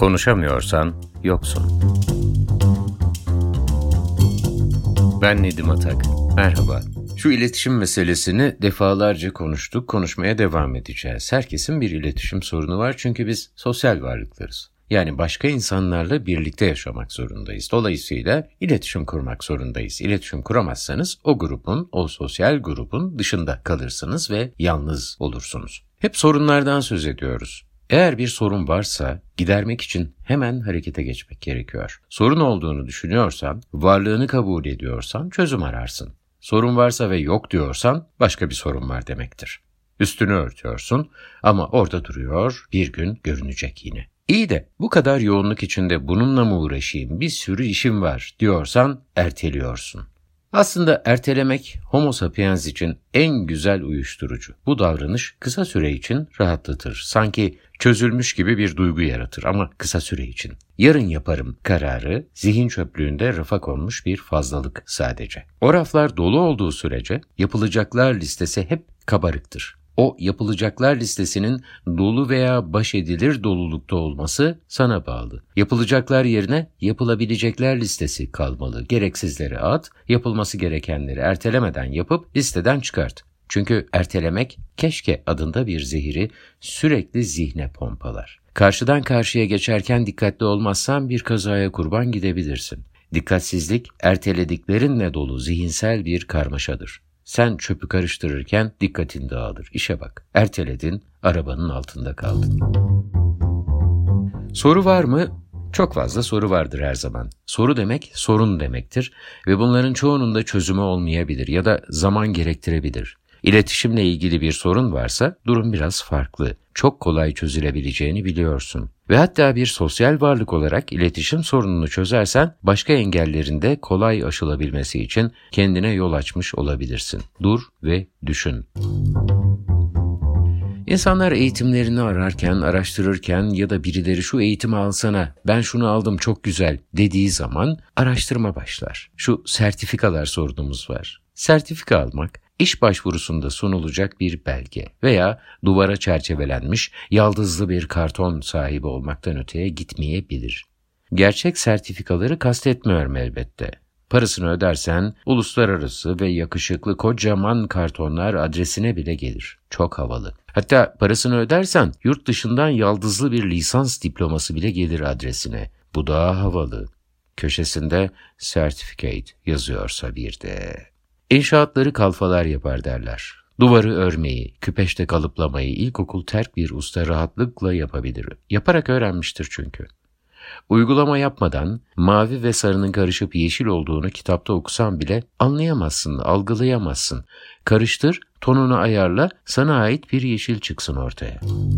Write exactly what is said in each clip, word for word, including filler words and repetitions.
Konuşamıyorsan yoksun. Ben Nedim Atak. Merhaba. Şu iletişim meselesini defalarca konuştuk, konuşmaya devam edeceğiz. Herkesin bir iletişim sorunu var çünkü biz sosyal varlıklarız. Yani başka insanlarla birlikte yaşamak zorundayız. Dolayısıyla iletişim kurmak zorundayız. İletişim kuramazsanız o grubun, o sosyal grubun dışında kalırsınız ve yalnız olursunuz. Hep sorunlardan söz ediyoruz. Eğer bir sorun varsa gidermek için hemen harekete geçmek gerekiyor. Sorun olduğunu düşünüyorsan, varlığını kabul ediyorsan çözüm ararsın. Sorun varsa ve yok diyorsan başka bir sorun var demektir. Üstünü örtüyorsun ama orada duruyor, bir gün görünecek yine. İyi de bu kadar yoğunluk içinde bununla mı uğraşayım, bir sürü işim var diyorsan erteliyorsun. Aslında ertelemek Homo sapiens için en güzel uyuşturucu. Bu davranış kısa süre için rahatlatır. Sanki çözülmüş gibi bir duygu yaratır ama kısa süre için. Yarın yaparım kararı zihin çöplüğünde rafa konmuş bir fazlalık sadece. O raflar dolu olduğu sürece yapılacaklar listesi hep kabarıktır. O yapılacaklar listesinin dolu veya baş edilir dolulukta olması sana bağlı. Yapılacaklar yerine yapılabilecekler listesi kalmalı. Gereksizleri at, yapılması gerekenleri ertelemeden yapıp listeden çıkart. Çünkü ertelemek keşke adında bir zehiri sürekli zihne pompalar. Karşıdan karşıya geçerken dikkatli olmazsan bir kazaya kurban gidebilirsin. Dikkatsizlik ertelediklerinle dolu zihinsel bir karmaşadır. Sen çöpü karıştırırken dikkatin dağılır. İşe bak. Erteledin, arabanın altında kaldın. Soru var mı? Çok fazla soru vardır her zaman. Soru demek sorun demektir ve bunların çoğunun da çözümü olmayabilir ya da zaman gerektirebilir. İletişimle ilgili bir sorun varsa durum biraz farklı. Çok kolay çözülebileceğini biliyorsun. Ve hatta bir sosyal varlık olarak iletişim sorununu çözersen başka engellerin de kolay aşılabilmesi için kendine yol açmış olabilirsin. Dur ve düşün. İnsanlar eğitimlerini ararken, araştırırken ya da birileri şu eğitimi alsana, ben şunu aldım çok güzel dediği zaman araştırma başlar. Şu sertifikalar sorunumuz var. Sertifika almak, İş başvurusunda sunulacak bir belge veya duvara çerçevelenmiş yaldızlı bir karton sahibi olmaktan öteye gitmeyebilir. Gerçek sertifikaları kastetmiyorum elbette. Parasını ödersen uluslararası ve yakışıklı kocaman kartonlar adresine bile gelir. Çok havalı. Hatta parasını ödersen yurt dışından yaldızlı bir lisans diploması bile gelir adresine. Bu daha havalı. Köşesinde certificate yazıyorsa bir de. İnşaatları kalfalar yapar derler. Duvarı örmeyi, küpeşte kalıplamayı ilkokul terk bir usta rahatlıkla yapabilir. Yaparak öğrenmiştir çünkü. Uygulama yapmadan mavi ve sarının karışıp yeşil olduğunu kitapta okusan bile anlayamazsın, algılayamazsın. Karıştır, tonunu ayarla, sana ait bir yeşil çıksın ortaya.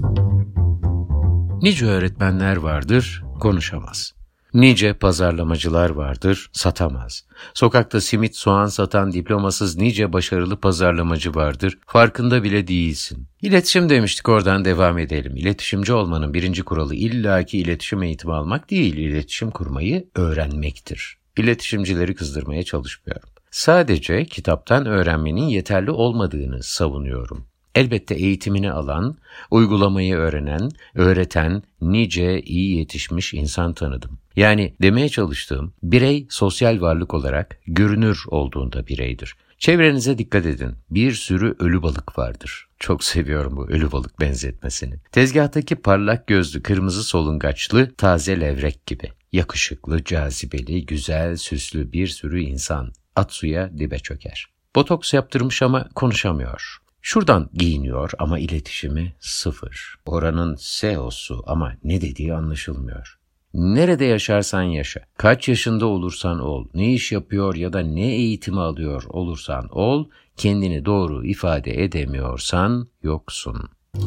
Nice öğretmenler vardır, konuşamaz. Nice pazarlamacılar vardır, satamaz. Sokakta simit soğan satan diplomasız nice başarılı pazarlamacı vardır, farkında bile değilsin. İletişim demiştik, oradan devam edelim. İletişimci olmanın birinci kuralı illaki iletişim eğitimi almak değil, iletişim kurmayı öğrenmektir. İletişimcileri kızdırmaya çalışmıyorum. Sadece kitaptan öğrenmenin yeterli olmadığını savunuyorum. Elbette eğitimini alan, uygulamayı öğrenen, öğreten nice iyi yetişmiş insan tanıdım. Yani demeye çalıştığım birey sosyal varlık olarak görünür olduğunda bireydir. Çevrenize dikkat edin. Bir sürü ölü balık vardır. Çok seviyorum bu ölü balık benzetmesini. Tezgahtaki parlak gözlü, kırmızı solungaçlı, taze levrek gibi. Yakışıklı, cazibeli, güzel, süslü bir sürü insan. At suya dibe çöker. Botoks yaptırmış ama konuşamıyor. Şuradan giyiniyor ama iletişimi sıfır. Oranın C E O'su ama ne dediği anlaşılmıyor. Nerede yaşarsan yaşa, kaç yaşında olursan ol, ne iş yapıyor ya da ne eğitimi alıyor olursan ol, kendini doğru ifade edemiyorsan yoksun.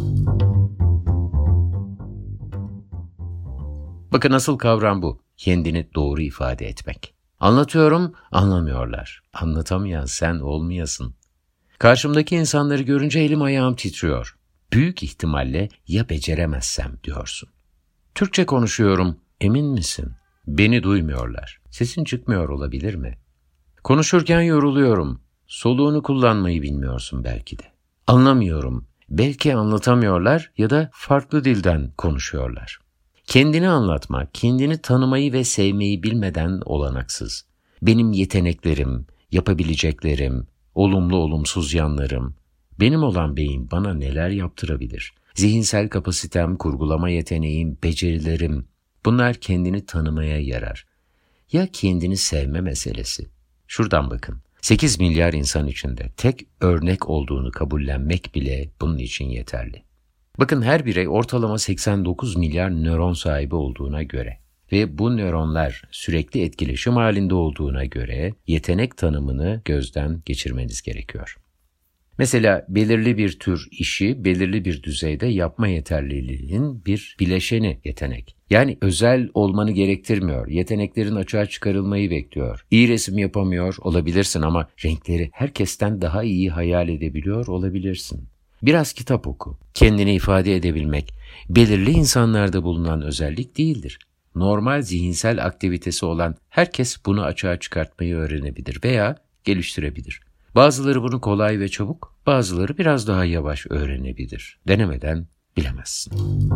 Bakın asıl kavram bu, kendini doğru ifade etmek. Anlatıyorum, anlamıyorlar. Anlatamayan sen olmayasın. Karşımdaki insanları görünce elim ayağım titriyor. Büyük ihtimalle ya beceremezsem diyorsun. Türkçe konuşuyorum, emin misin? Beni duymuyorlar. Sesin çıkmıyor olabilir mi? Konuşurken yoruluyorum. Soluğunu kullanmayı bilmiyorsun belki de. Anlamıyorum. Belki anlatamıyorlar ya da farklı dilden konuşuyorlar. Kendini anlatmak, kendini tanımayı ve sevmeyi bilmeden olanaksız. Benim yeteneklerim, yapabileceklerim, olumlu olumsuz yanlarım, benim olan beyin bana neler yaptırabilir? Zihinsel kapasitem, kurgulama yeteneğim, becerilerim, bunlar kendini tanımaya yarar. Ya kendini sevme meselesi? Şuradan bakın, sekiz milyar insan içinde tek örnek olduğunu kabullenmek bile bunun için yeterli. Bakın her birey ortalama seksen dokuz milyar nöron sahibi olduğuna göre ve bu nöronlar sürekli etkileşim halinde olduğuna göre yetenek tanımını gözden geçirmeniz gerekiyor. Mesela belirli bir tür işi belirli bir düzeyde yapma yeterliliğinin bir bileşeni yetenek. Yani özel olmanı gerektirmiyor, yeteneklerin açığa çıkarılmayı bekliyor. İyi resim yapamıyor olabilirsin ama renkleri herkesten daha iyi hayal edebiliyor olabilirsin. Biraz kitap oku. Kendini ifade edebilmek, belirli insanlarda bulunan özellik değildir. Normal zihinsel aktivitesi olan herkes bunu açığa çıkartmayı öğrenebilir veya geliştirebilir. Bazıları bunu kolay ve çabuk, bazıları biraz daha yavaş öğrenebilir. Denemeden bilemezsin.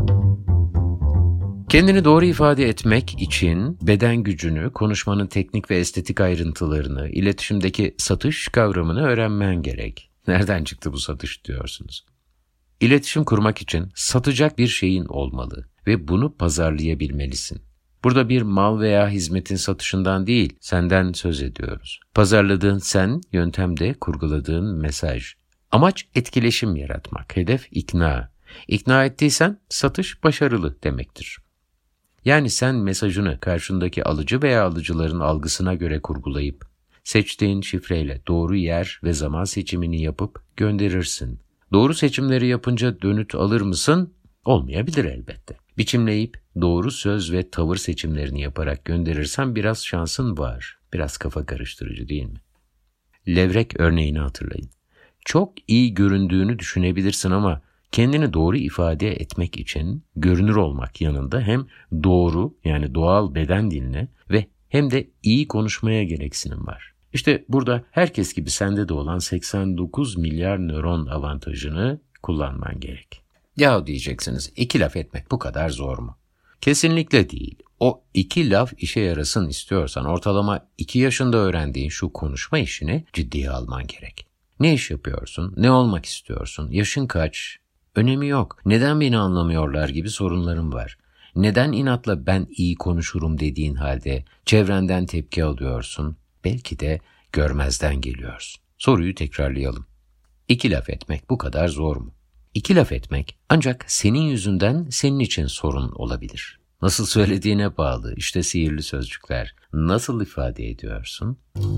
Kendini doğru ifade etmek için beden gücünü, konuşmanın teknik ve estetik ayrıntılarını, iletişimdeki satış kavramını öğrenmen gerek. Nereden çıktı bu satış diyorsunuz? İletişim kurmak için satacak bir şeyin olmalı ve bunu pazarlayabilmelisin. Burada bir mal veya hizmetin satışından değil, senden söz ediyoruz. Pazarladığın sen, yöntemde kurguladığın mesaj. Amaç etkileşim yaratmak, hedef ikna. İkna ettiysen satış başarılı demektir. Yani sen mesajını karşındaki alıcı veya alıcıların algısına göre kurgulayıp, seçtiğin şifreyle doğru yer ve zaman seçimini yapıp gönderirsin. Doğru seçimleri yapınca dönüt alır mısın? Olmayabilir elbette. Biçimleyip doğru söz ve tavır seçimlerini yaparak gönderirsen biraz şansın var. Biraz kafa karıştırıcı değil mi? Levrek örneğini hatırlayın. Çok iyi göründüğünü düşünebilirsin ama kendini doğru ifade etmek için görünür olmak yanında hem doğru yani doğal beden diline ve hem de iyi konuşmaya gereksinim var. İşte burada herkes gibi sende de olan seksen dokuz milyar nöron avantajını kullanman gerek. Ya diyeceksiniz, iki laf etmek bu kadar zor mu? Kesinlikle değil. O iki laf işe yarasın istiyorsan ortalama iki yaşında öğrendiğin şu konuşma işini ciddiye alman gerek. Ne iş yapıyorsun? Ne olmak istiyorsun? Yaşın kaç? Önemi yok. Neden beni anlamıyorlar gibi sorunlarım var. Neden inatla ben iyi konuşurum dediğin halde çevrenden tepki alıyorsun? Belki de görmezden geliyorsun. Soruyu tekrarlayalım. İki laf etmek bu kadar zor mu? İki laf etmek ancak senin yüzünden senin için sorun olabilir. Nasıl söylediğine bağlı. İşte sihirli sözcükler. Nasıl ifade ediyorsun?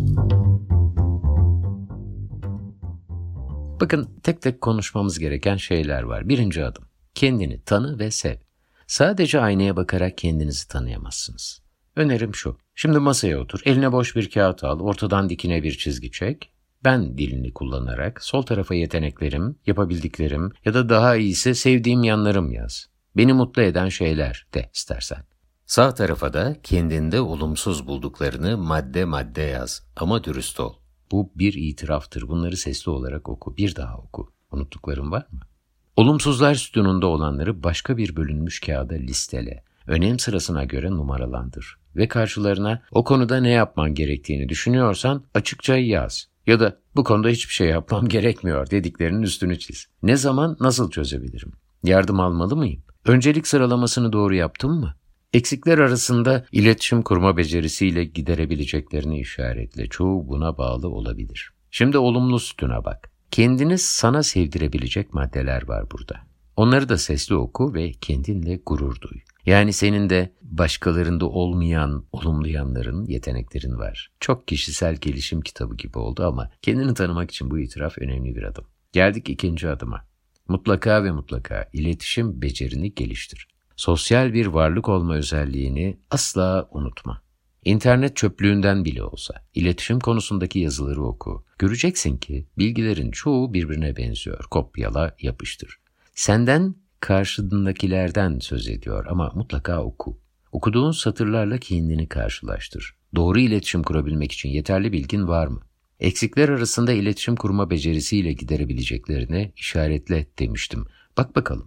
Bakın tek tek konuşmamız gereken şeyler var. Birinci adım. Kendini tanı ve sev. Sadece aynaya bakarak kendinizi tanıyamazsınız. Önerim şu. Şimdi masaya otur, eline boş bir kağıt al, ortadan dikine bir çizgi çek. Ben dilini kullanarak sol tarafa yeteneklerim, yapabildiklerim ya da daha iyisi sevdiğim yanlarım yaz. Beni mutlu eden şeyler de istersen. Sağ tarafa da kendinde olumsuz bulduklarını madde madde yaz ama dürüst ol. Bu bir itiraftır. Bunları sesli olarak oku. Bir daha oku. Unuttuklarım var mı? Olumsuzlar sütununda olanları başka bir bölünmüş kağıda listele. Önem sırasına göre numaralandır. Ve karşılarına o konuda ne yapman gerektiğini düşünüyorsan açıkça yaz. Ya da bu konuda hiçbir şey yapmam gerekmiyor dediklerinin üstünü çiz. Ne zaman nasıl çözebilirim? Yardım almalı mıyım? Öncelik sıralamasını doğru yaptım mı? Eksikler arasında iletişim kurma becerisiyle giderebileceklerini işaretle. Çoğu buna bağlı olabilir. Şimdi olumlu sütuna bak. Kendini sana sevdirebilecek maddeler var burada. Onları da sesli oku ve kendinle gurur duy. Yani senin de başkalarında olmayan olumlu yanların, yeteneklerin var. Çok kişisel gelişim kitabı gibi oldu ama kendini tanımak için bu itiraf önemli bir adım. Geldik ikinci adıma. Mutlaka ve mutlaka iletişim becerini geliştir. Sosyal bir varlık olma özelliğini asla unutma. İnternet çöplüğünden bile olsa iletişim konusundaki yazıları oku. Göreceksin ki bilgilerin çoğu birbirine benziyor. Kopyala, yapıştır. Senden karşındakilerden söz ediyor ama mutlaka oku. Okuduğun satırlarla kendini karşılaştır. Doğru iletişim kurabilmek için yeterli bilgin var mı? Eksikler arasında iletişim kurma becerisiyle giderebileceklerini işaretle demiştim. Bak bakalım.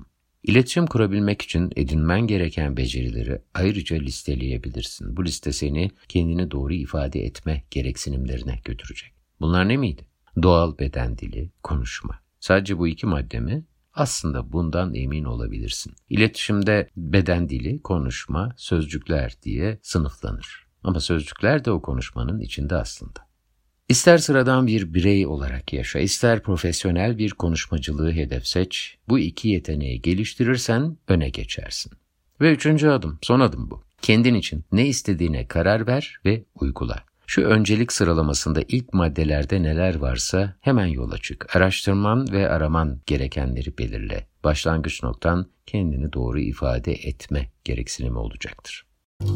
İletişim kurabilmek için edinmen gereken becerileri ayrıca listeleyebilirsin. Bu liste seni kendini doğru ifade etme gereksinimlerine götürecek. Bunlar ne miydi? Doğal beden dili, konuşma. Sadece bu iki madde mi? Aslında bundan emin olabilirsin. İletişimde beden dili, konuşma, sözcükler diye sınıflanır. Ama sözcükler de o konuşmanın içinde aslında. İster sıradan bir birey olarak yaşa, ister profesyonel bir konuşmacılığı hedef seç, bu iki yeteneği geliştirirsen öne geçersin. Ve üçüncü adım, son adım bu. Kendin için ne istediğine karar ver ve uygula. Şu öncelik sıralamasında ilk maddelerde neler varsa hemen yola çık. Araştırman ve araman gerekenleri belirle. Başlangıç noktan kendini doğru ifade etme gereksinimi olacaktır.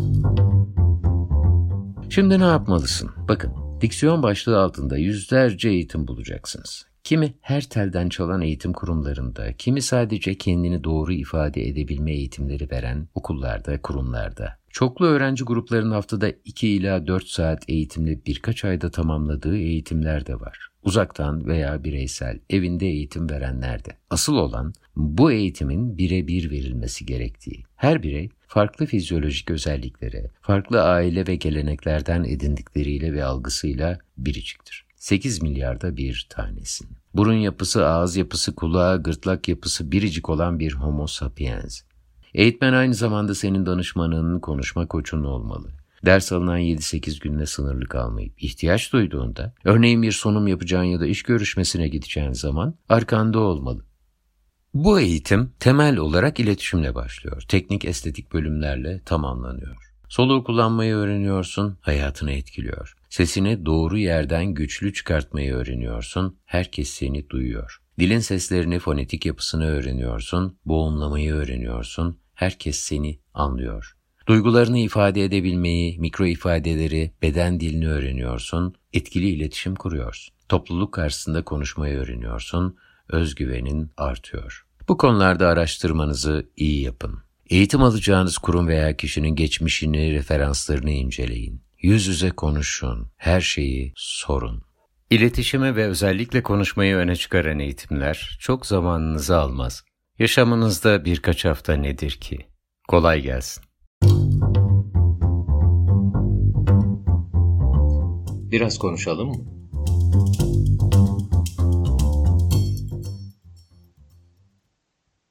Şimdi ne yapmalısın? Bakın, diksiyon başlığı altında yüzlerce eğitim bulacaksınız. Kimi her telden çalan eğitim kurumlarında, kimi sadece kendini doğru ifade edebilme eğitimleri veren okullarda, kurumlarda. Çoklu öğrenci gruplarının haftada iki ila dört saat eğitimle birkaç ayda tamamladığı eğitimler de var. Uzaktan veya bireysel, evinde eğitim verenler de. Asıl olan bu eğitimin birebir verilmesi gerektiği. Her birey farklı fizyolojik özelliklere, farklı aile ve geleneklerden edindikleriyle ve algısıyla biriciktir. sekiz milyarda bir tanesin. Burun yapısı, ağız yapısı, kulağı, gırtlak yapısı biricik olan bir homo sapiens. Eğitmen aynı zamanda senin danışmanın, konuşma koçun olmalı. Ders alınan yedi sekiz günle sınırlı kalmayıp, ihtiyaç duyduğunda, örneğin bir sunum yapacağın ya da iş görüşmesine gideceğin zaman arkanda olmalı. Bu eğitim temel olarak iletişimle başlıyor. Teknik estetik bölümlerle tamamlanıyor. Soluğu kullanmayı öğreniyorsun, hayatını etkiliyor. Sesini doğru yerden güçlü çıkartmayı öğreniyorsun, herkes seni duyuyor. Dilin seslerini, fonetik yapısını öğreniyorsun, boğumlamayı öğreniyorsun, herkes seni anlıyor. Duygularını ifade edebilmeyi, mikro ifadeleri, beden dilini öğreniyorsun, etkili iletişim kuruyorsun. Topluluk karşısında konuşmayı öğreniyorsun, özgüvenin artıyor. Bu konularda araştırmanızı iyi yapın. Eğitim alacağınız kurum veya kişinin geçmişini, referanslarını inceleyin. Yüz yüze konuşun, her şeyi sorun. İletişimi ve özellikle konuşmayı öne çıkaran eğitimler çok zamanınızı almaz. Yaşamınızda birkaç hafta nedir ki? Kolay gelsin. Biraz konuşalım mı?